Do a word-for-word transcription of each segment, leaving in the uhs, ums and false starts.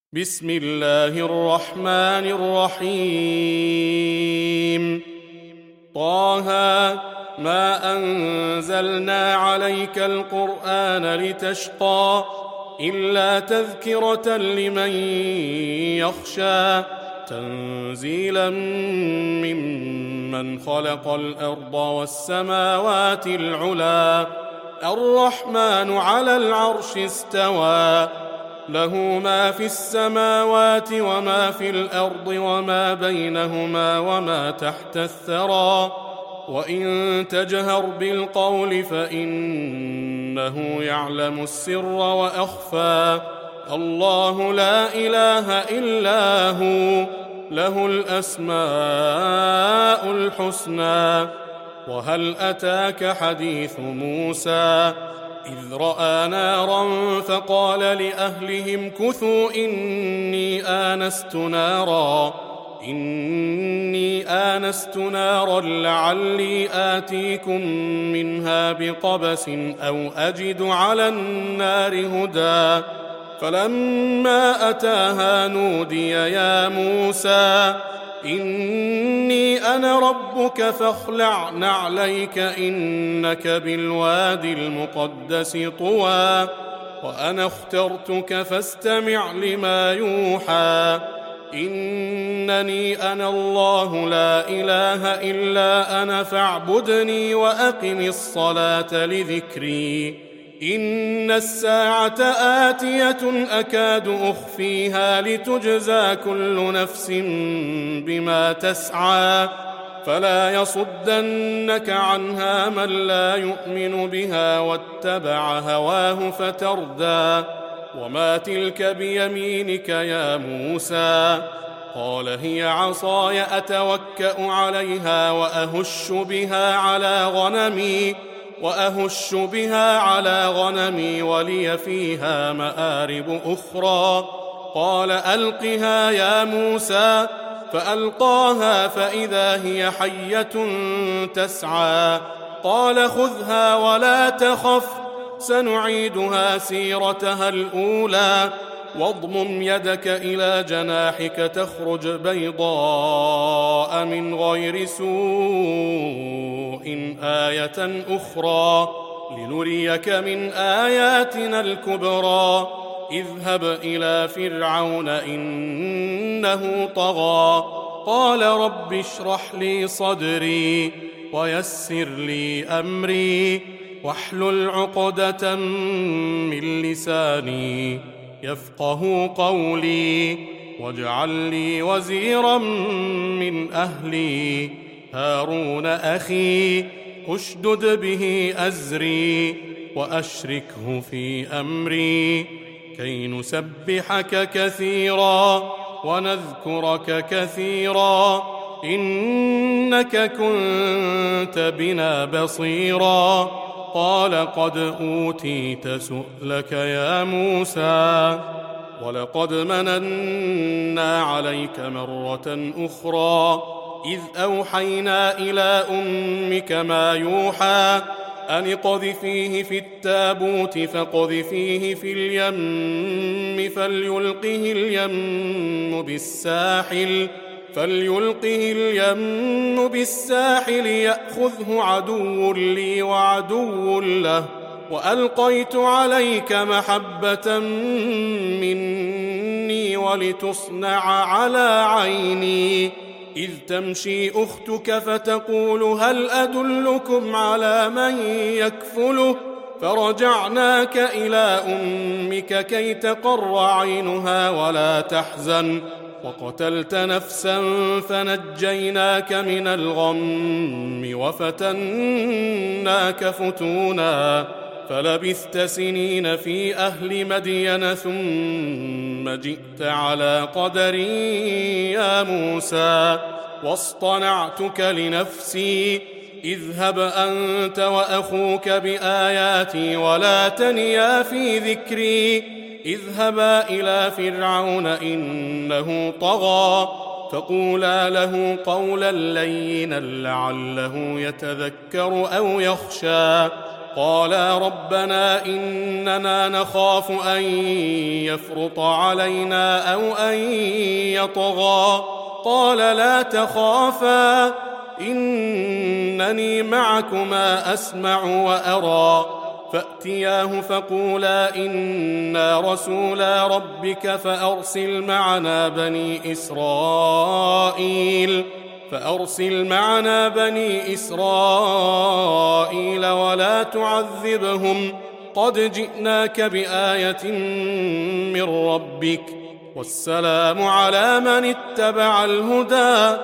بسم الله الرحمن الرحيم طه ما أنزلنا عليك القرآن لتشقى إلا تذكرة لمن يخشى تنزيلا ممن خلق الأرض والسماوات العلى الرحمن على العرش استوى له ما في السماوات وما في الأرض وما بينهما وما تحت الثرى وإن تجهر بالقول فإنه يعلم السر وأخفى الله لا إله إلا هو له الأسماء الحسنى وهل أتاك حديث موسى إذ رأى نارا فقال لأهلهم كثوا إني آنست نارا إني آنست نارا لعلي آتيكم منها بقبس أو أجد على النار هدى فلما أتاها نودي يا موسى إني أنا ربك فاخلع نعليك إنك بالوادي المقدس طوى وأنا اخترتك فاستمع لما يوحى إنني أنا الله لا إله إلا أنا فاعبدني وأقم الصلاة لذكري إن الساعة آتية أكاد أخفيها لتجزى كل نفس بما تسعى فلا يصدنك عنها من لا يؤمن بها واتبع هواه فتردى وما تلك بيمينك يا موسى قال هي عصاي أتوكأ عليها وأهش بها على غنمي وأهش بها على غنمي ولي فيها مآرب أخرى قال ألقها يا موسى فألقاها فإذا هي حية تسعى قال خذها ولا تخف سنعيدها سيرتها الأولى واضمم يدك إلى جناحك تخرج بيضاء من غير سوء آية أخرى لنريك من آياتنا الكبرى اذهب إلى فرعون إنه طغى قال رب اشرح لي صدري ويسر لي أمري واحلل عقدة من لساني يفقه قولي واجعل لي وزيرا من أهلي هارون أخي أشدد به أزري وأشركه في أمري كي نسبحك كثيرا ونذكرك كثيرا إنك كنت بنا بصيرا قال قد أوتيت سؤلك يا موسى ولقد مننا عليك مرة أخرى إذ أوحينا إلى أمك ما يوحى أن اقذفيه في التابوت فاقذفيه في اليم فليلقه اليم بالساحل فليلقه اليم بالساحل يأخذه عدو لي وعدو له وألقيت عليك محبة مني ولتصنع على عيني إذ تمشي أختك فتقول هل أدلكم على من يكفله فرجعناك إلى أمك كي تقر عينها ولا تحزن وقتلت نفسا فنجيناك من الغم وفتناك فتونا فلبثت سنين في أهل مدين ثم جئت على قدري يا موسى واصطنعتك لنفسي اذهب أنت وأخوك بآياتي ولا تنيا في ذكري اذهبا إلى فرعون إنه طغى فقولا له قولا لينا لعله يتذكر أو يخشى قالا ربنا إننا نخاف أن يفرط علينا أو أن يطغى قال لا تخافا إنني معكما أسمع وأرى فأتياه فقولا إنا رسولا ربك فأرسل معنا بني إسرائيل فأرسل معنا بني إسرائيل ولا تعذبهم قد جئناك بآية من ربك والسلام على من اتبع الهدى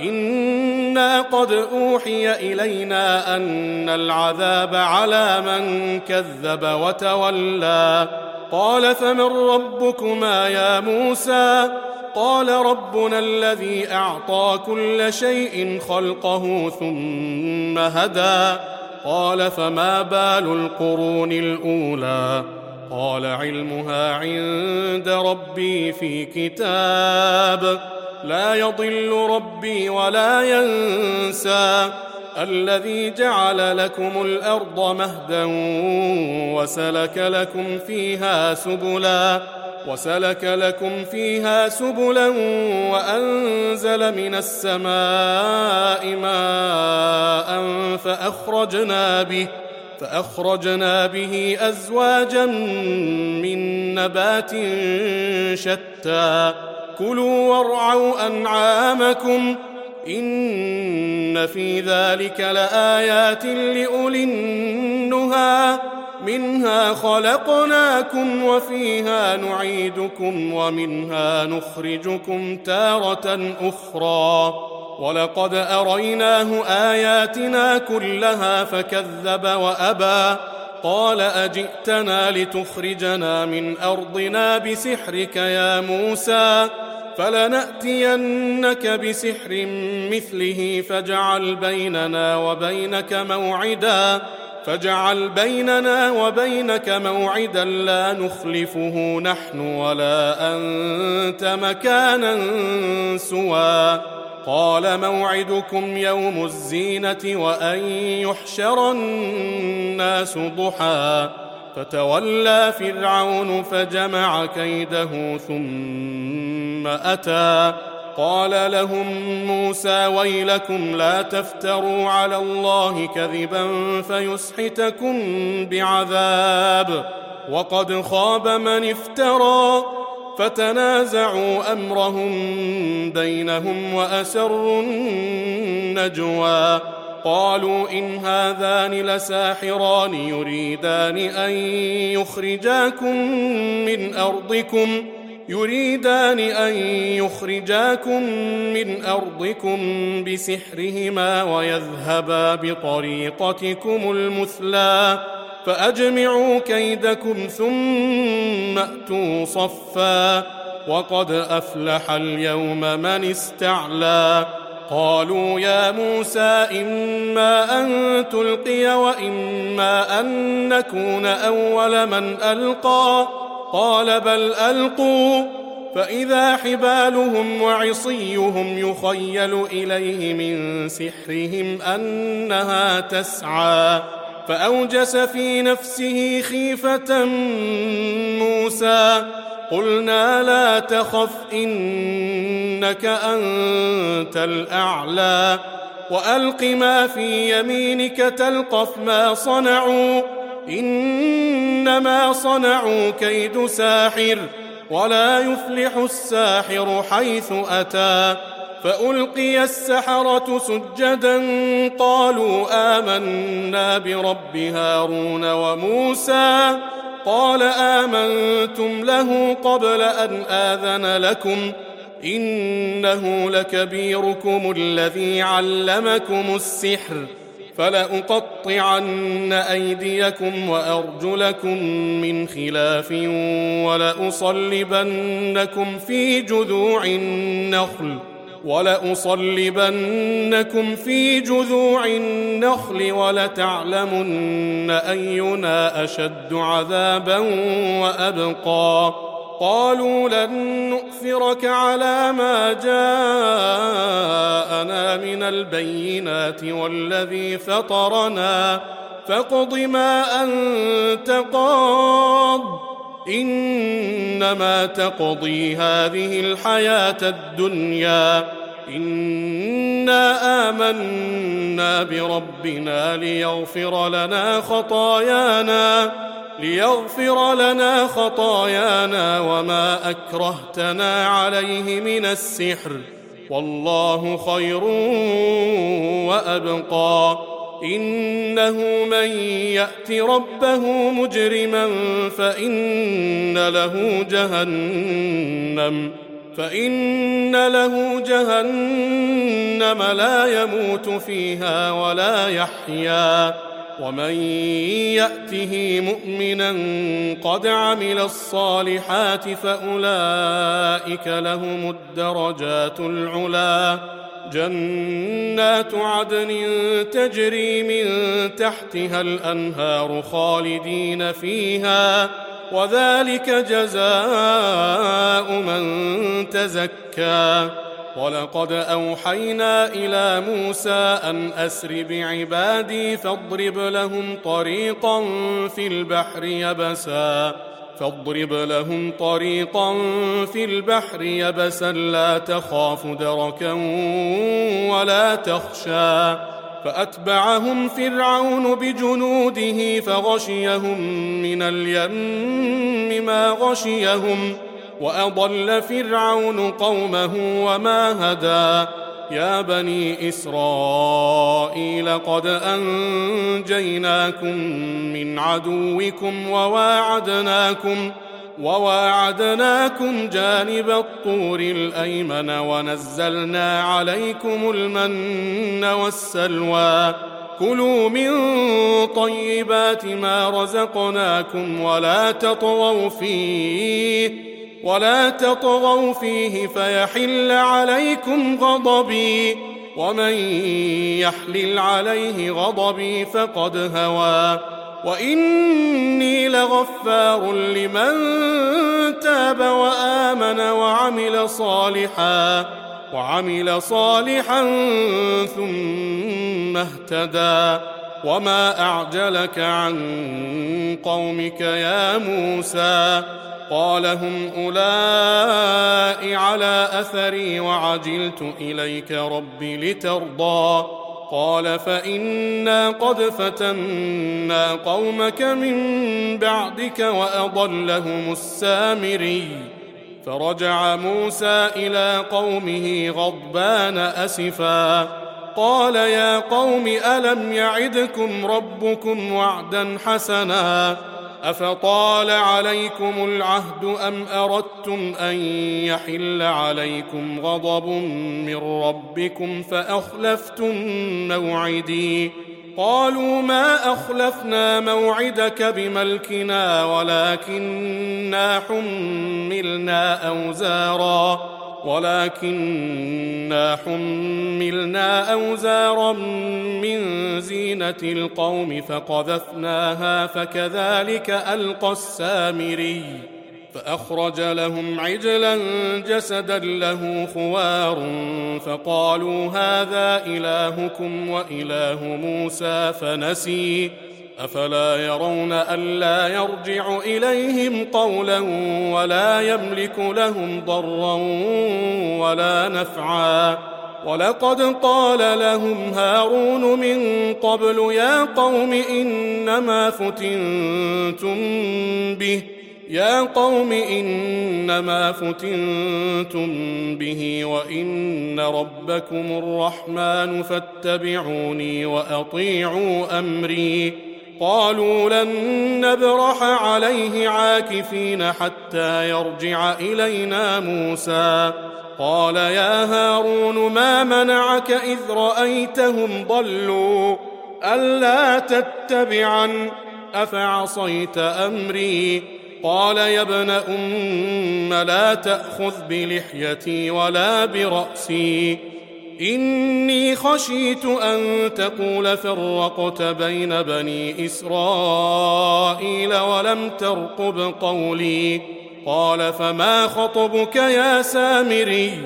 إنا قد أوحي إلينا أن العذاب على من كذب وتولى قال فمن ربكما يا موسى قال ربنا الذي أعطى كل شيء خلقه ثم هدى قال فما بال القرون الأولى قال علمها عند ربي في كتاب لا يضل ربي ولا ينسى الذي جعل لكم الأرض مهدا وسلك لكم فيها سبلا وسلك لكم فيها سبلا وأنزل من السماء ماء فأخرجنا به فأخرجنا به أزواجا من نبات شتى كلوا وارعوا أنعامكم إن في ذلك لآيات لأولي النهى منها خلقناكم وفيها نعيدكم ومنها نخرجكم تارة أخرى ولقد أريناه آياتنا كلها فكذب وأبى قال أجئتنا لتخرجنا من أرضنا بسحرك يا موسى فلنأتينك بسحر مثله فاجعل بيننا وبينك موعدا فاجعل بيننا وبينك موعدا لا نخلفه نحن ولا أنت مكانا سوى قال موعدكم يوم الزينة وأن يحشر الناس ضحى فتولى فرعون فجمع كيده ثم أتى قال لهم موسى ويلكم لا تفتروا على الله كذبا فيسحتكم بعذاب وقد خاب من افترى فتنازعوا أمرهم بينهم وأسروا النجوى قالوا إن هذان لساحران يريدان أن يخرجاكم من أرضكم يريدان أن يخرجاكم من أرضكم بسحرهما ويذهبا بطريقتكم المثلى فأجمعوا كيدكم ثم أتوا صفا وقد أفلح اليوم من استعلى قالوا يا موسى إما أن تلقي وإما أن نكون أول من ألقى قال بل ألقوا فإذا حبالهم وعصيهم يخيل إليه من سحرهم أنها تسعى فأوجس في نفسه خيفة موسى قلنا لا تخف إنك أنت الأعلى وألق ما في يمينك تلقف ما صنعوا إنما صنعوا كيد ساحر ولا يفلح الساحر حيث أتى فألقي السحرة سجدا قالوا آمنا برب هارون وموسى قال آمنتم له قبل أن آذن لكم إنه لكبيركم الذي علمكم السحر فلأقطعن أيديكم وأرجلكم من خلاف ولأصلبنكم في جذوع النخل ولأصلبنكم في جذوع النخل ولتعلمن أينا أشد عذابا وأبقى قالوا لن نؤثرك على ما جاءنا من البينات والذي فطرنا فاقض ما أنت قاض إنما تقضي هذه الحياة الدنيا إنا آمنا بربنا ليغفر لنا خطايانا ليغفر لنا خطايانا وما أكرهتنا عليه من السحر والله خير وأبقى إنه من يأت ربه مجرما فإن له جهنم فإن له جهنم لا يموت فيها ولا يحيا ومن يأته مؤمنا قد عمل الصالحات فأولئك لهم الدرجات العلى جنات عدن تجري من تحتها الأنهار خالدين فيها وذلك جزاء من تزكى ولقد أوحينا إلى موسى أن أسر بعبادي فاضرب لهم طريقا في البحر يبسا فاضرب لهم طريقا في البحر يبسا لا تخاف دركا ولا تخشى فأتبعهم فرعون بجنوده فغشيهم من اليم ما غشيهم وأضل فرعون قومه وما هدى يا بني إسرائيل قد أنجيناكم من عدوكم وواعدناكم وواعدناكم جانب الطور الأيمن ونزلنا عليكم المن والسلوى كلوا من طيبات ما رزقناكم ولا تطغوا فيه ولا تطغوا فيه فيحل عليكم غضبي ومن يحلل عليه غضبي فقد هوى وإني لغفار لمن تاب وآمن وعمل صالحا وعمل صالحا ثم اهتدى وما أعجلك عن قومك يا موسى قال هم أولئك على أثري وعجلت إليك رب لترضى قال فإنا قد فتنا قومك من بعدك وأضلهم السامري فرجع موسى إلى قومه غضبان أسفا قال يا قوم ألم يعدكم ربكم وعدا حسنا أفطال عليكم العهد أم أردتم أن يحل عليكم غضب من ربكم فأخلفتم موعدي قالوا ما أخلفنا موعدك بملكنا ولكننا حملنا أوزارا ولكننا حملنا أوزارا من زينة القوم فقذفناها فكذلك ألقى السامري فأخرج لهم عجلا جسدا له خوار فقالوا هذا إلهكم وإله موسى فنسي أفلا يرون ألا يرجع إليهم قولا ولا يملك لهم ضرا ولا نفعا ولقد قال لهم هارون من قبل يا قوم إنما فتنتم به يا قوم إنما فتنتم به وإن ربكم الرحمن فاتبعوني وأطيعوا أمري قالوا لن نبرح عليه عاكفين حتى يرجع إلينا موسى قال يا هارون ما منعك إذ رأيتهم ضلوا ألا تتبعن أفعصيت أمري قال يا ابن أم لا تأخذ بلحيتي ولا برأسي إني خشيت أن تقول فرقت بين بني إسرائيل ولم ترقب قولي قال فما خطبك يا سامري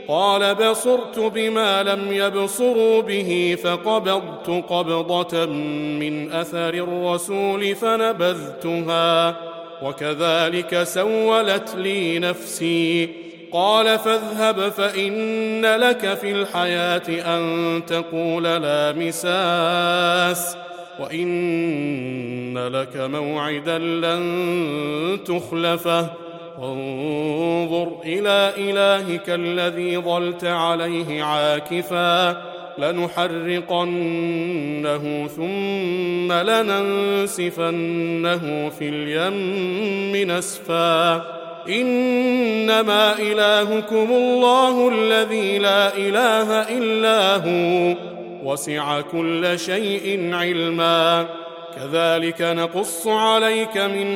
قال بصرت بما لم يبصروا به فقبضت قبضة من أثر الرسول فنبذتها وكذلك سولت لي نفسي. قال فاذهب فإن لك في الحياة أن تقول لا مساس وإن لك موعدا لن تخلفه وانظر إلى إلهك الذي ظلت عليه عاكفا لنحرقنه ثم لننسفنه في اليم نسفا إنما إلهكم الله الذي لا إله إلا هو وسع كل شيء علما كذلك نقص عليك من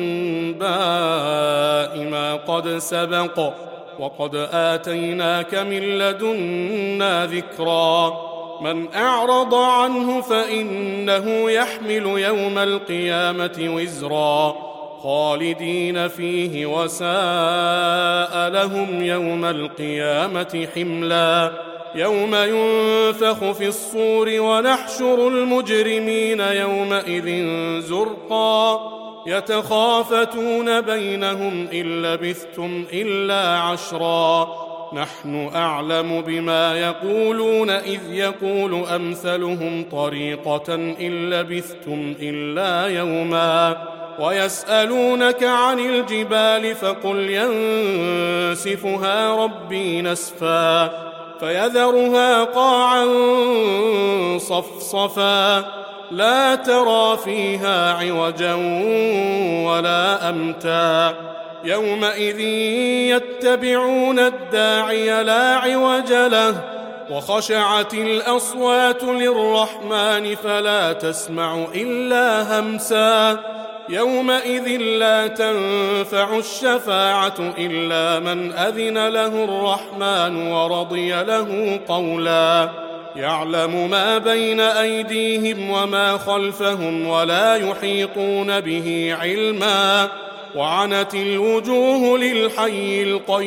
أنباء ما قد سبق وقد آتيناك من لدنا ذكرا من أعرض عنه فإنه يحمل يوم القيامة وزرا خالدين فيه وساء لهم يوم القيامة حملا يوم ينفخ في الصور ونحشر المجرمين يومئذ زرقا يتخافتون بينهم إن لبثتم إلا عشرا نحن أعلم بما يقولون إذ يقول أمثلهم طريقة إن لبثتم إلا يوما ويسألونك عن الجبال فقل ينسفها ربي نسفا فيذرها قاعا صفصفا لا ترى فيها عوجا ولا أمتا يومئذ يتبعون الداعي لا عوج له وخشعت الأصوات للرحمن فلا تسمع إلا همسا يومئذ لا تنفع الشفاعة إلا من أذن له الرحمن ورضي له قولا يعلم ما بين أيديهم وما خلفهم ولا يحيطون به علما وعنت الوجوه للحي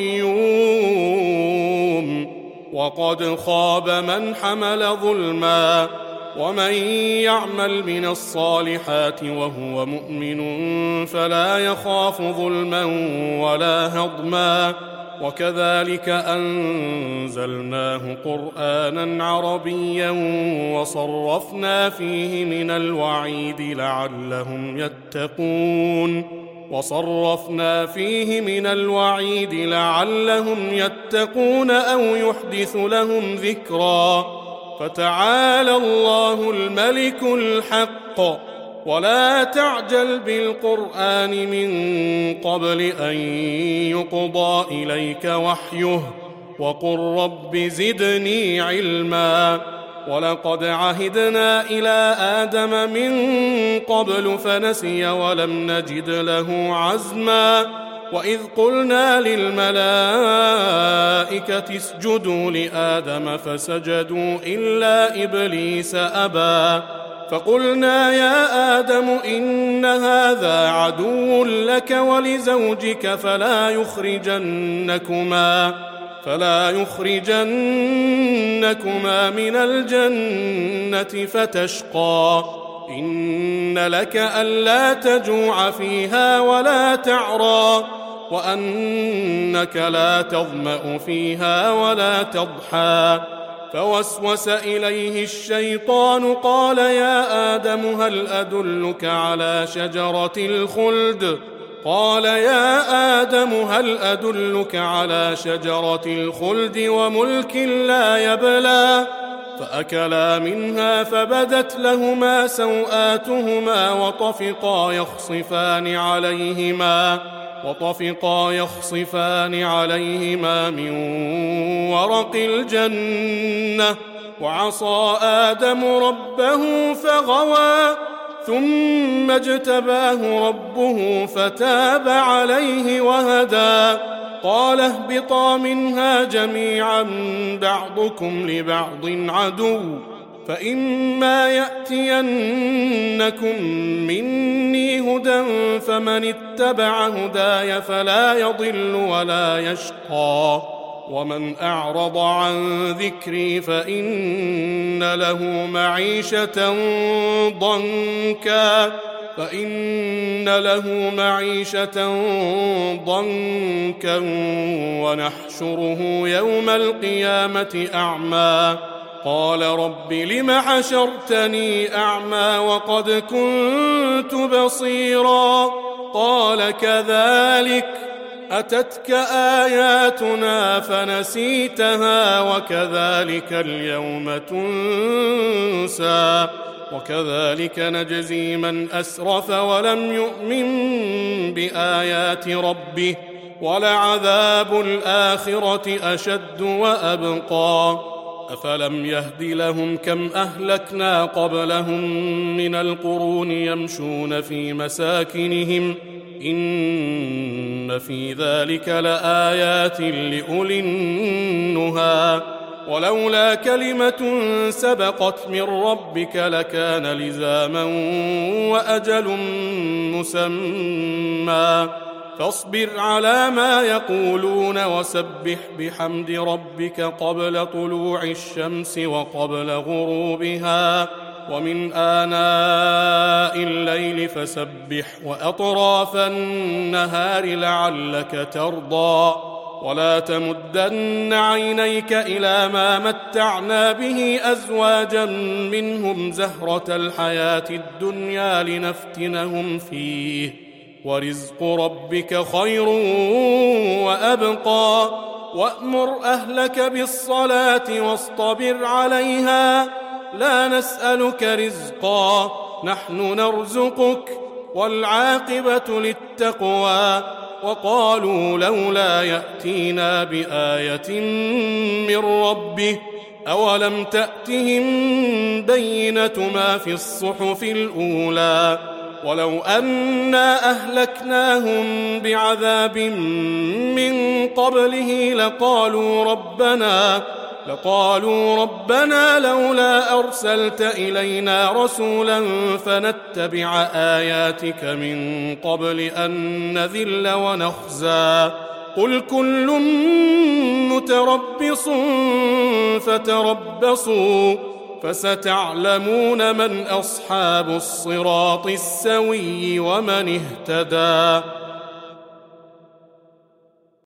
القيوم وقد خاب من حمل ظلما ومن يعمل من الصالحات وهو مؤمن فلا يخاف ظلما ولا هضما وكذلك أنزلناه قرآنا عربيا وصرفنا فيه من الوعيد لعلهم يتقون وصرفنا فيه من الوعيد لعلهم يتقون أو يحدث لهم ذكرا فتعالى الله الملك الحق ولا تعجل بالقرآن من قبل أن يقضى إليك وحيه وقل رب زدني علما ولقد عهدنا إلى آدم من قبل فنسي ولم نجد له عزما وإذ قلنا للملائكة اسجدوا لآدم فسجدوا إلا إبليس أبى فقلنا يا آدم إن هذا عدو لك ولزوجك فلا يخرجنكما فلا يخرجنكما من الجنة فتشقى إن لك ألا تجوع فيها ولا تعرى وأنك لا تظمأ فيها ولا تضحى فوسوس إليه الشيطان قال يا آدم هل أدلك على شجرة الخلد قال يا آدم هل أدلك على شجرة الخلد وملك لا يبلى فأكلا منها فبدت لهما سوآتهما وطفقا يخصفان عليهما وطفقا يخصفان عليهما من ورق الجنة وعصى آدم ربه فغوى ثم اجتباه ربه فتاب عليه وهدى قال اهبطا منها جميعا بعضكم لبعض عدو فإما يأتينكم مني هدى فمن اتبع هداي فلا يضل ولا يشقى ومن أعرض عن ذكري فإن له معيشة ضنكا فإن له معيشة ضنكا ونحشره يوم القيامة أعمى قال رب لم حشرتني أعمى وقد كنت بصيرا قال كذلك أتتك آياتنا فنسيتها وكذلك اليوم تنسى وكذلك نجزي من أسرف ولم يؤمن بآيات ربه ولعذاب الآخرة أشد وأبقى أفلم يهد لهم كم أهلكنا قبلهم من القرون يمشون في مساكنهم إن في ذلك لآيات لأولي النهى ولولا كلمة سبقت من ربك لكان لزاما وأجل مسمى فاصبر على ما يقولون وسبح بحمد ربك قبل طلوع الشمس وقبل غروبها ومن آناء الليل فسبح وأطراف النهار لعلك ترضى ولا تمدن عينيك إلى ما متعنا به أزواجا منهم زهرة الحياة الدنيا لنفتنهم فيه ورزق ربك خير وأبقى وأمر أهلك بالصلاة واصطبر عليها لا نسألك رزقا نحن نرزقك والعاقبة للتقوى وقالوا لولا يأتينا بآية من ربه أولم تأتهم بينة ما في الصحف الأولى ولو أنا أهلكناهم بعذاب من قبله لقالوا ربنا لقالوا ربنا لولا أرسلت إلينا رسولا فنتبع آياتك من قبل أن نذل ونخزى قل كل متربص فتربصوا فستعلمون من أصحاب الصراط السوي ومن اهتدى.